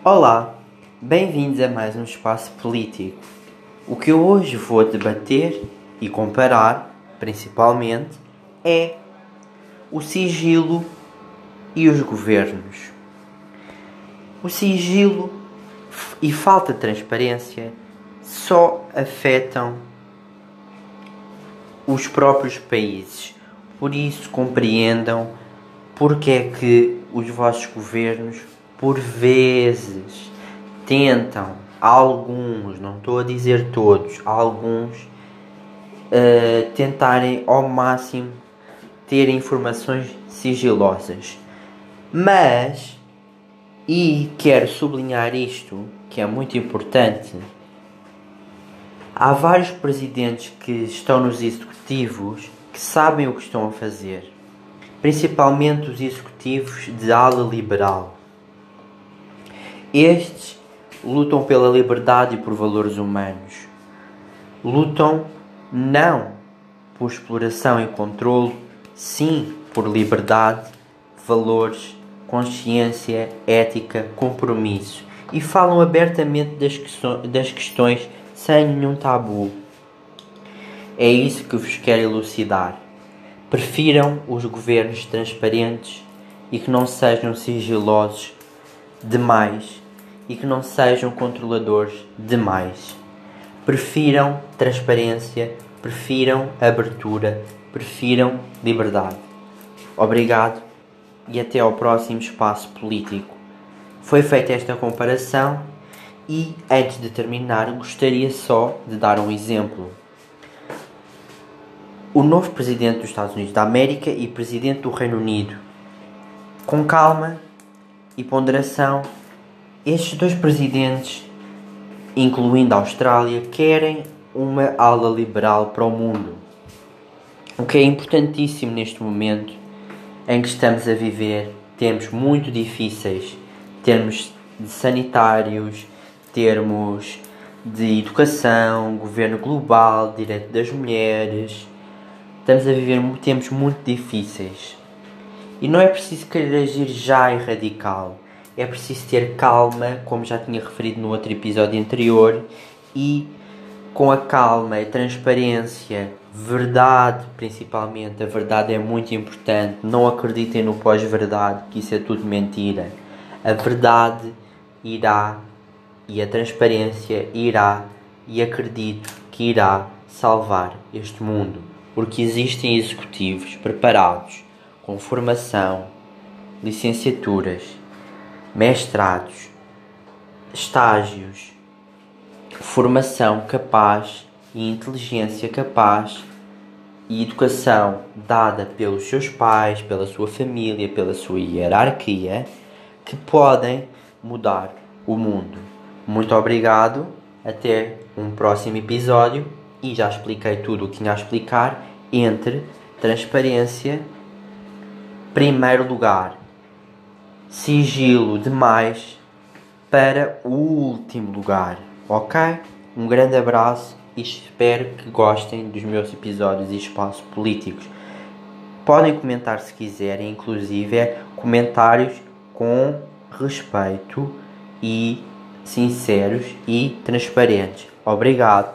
Olá, bem-vindos a mais um espaço político. O que eu hoje vou debater e comparar, principalmente, é o sigilo e os governos. O sigilo e falta de transparência só afetam os próprios países. Por isso, compreendam porque é que os vossos governos, por vezes, tentam, alguns, não estou a dizer todos, alguns, tentarem ao máximo ter informações sigilosas. Mas, e quero sublinhar isto, que é muito importante, há vários presidentes que estão nos executivos que sabem o que estão a fazer. Principalmente os executivos de ala liberal. Estes lutam pela liberdade e por valores humanos. Lutam não por exploração e controle, sim por liberdade, valores, consciência, ética, compromisso. E falam abertamente das questões sem nenhum tabu. É isso que vos quero elucidar. Prefiram os governos transparentes e que não sejam sigilosos demais e que não sejam controladores demais. Prefiram transparência, prefiram abertura, prefiram liberdade. Obrigado e até ao próximo espaço político. Foi feita esta comparação e, antes de terminar, gostaria só de dar um exemplo. O novo presidente dos Estados Unidos da América e presidente do Reino Unido. Com calma e ponderação, estes dois presidentes, incluindo a Austrália, querem uma ala liberal para o mundo. O que é importantíssimo neste momento em que estamos a viver tempos muito difíceis, termos de sanitários, termos de educação, governo global, direito das mulheres. Estamos a viver tempos muito difíceis. E não é preciso querer agir já e radical. É preciso ter calma, como já tinha referido no outro episódio anterior. E com a calma e transparência, verdade principalmente. A verdade é muito importante. Não acreditem no pós-verdade, que isso é tudo mentira. A verdade irá e a transparência irá e acredito que irá salvar este mundo. Porque existem executivos preparados, com formação, licenciaturas, mestrados, estágios, formação capaz e inteligência capaz e educação dada pelos seus pais, pela sua família, pela sua hierarquia, que podem mudar o mundo. Muito obrigado, até um próximo episódio. E já expliquei tudo o que tinha a explicar entre transparência, primeiro lugar, sigilo demais para o último lugar, ok? Um grande abraço e espero que gostem dos meus episódios e espaços políticos. Podem comentar se quiserem, inclusive comentários com respeito e sinceros e transparentes. Obrigado.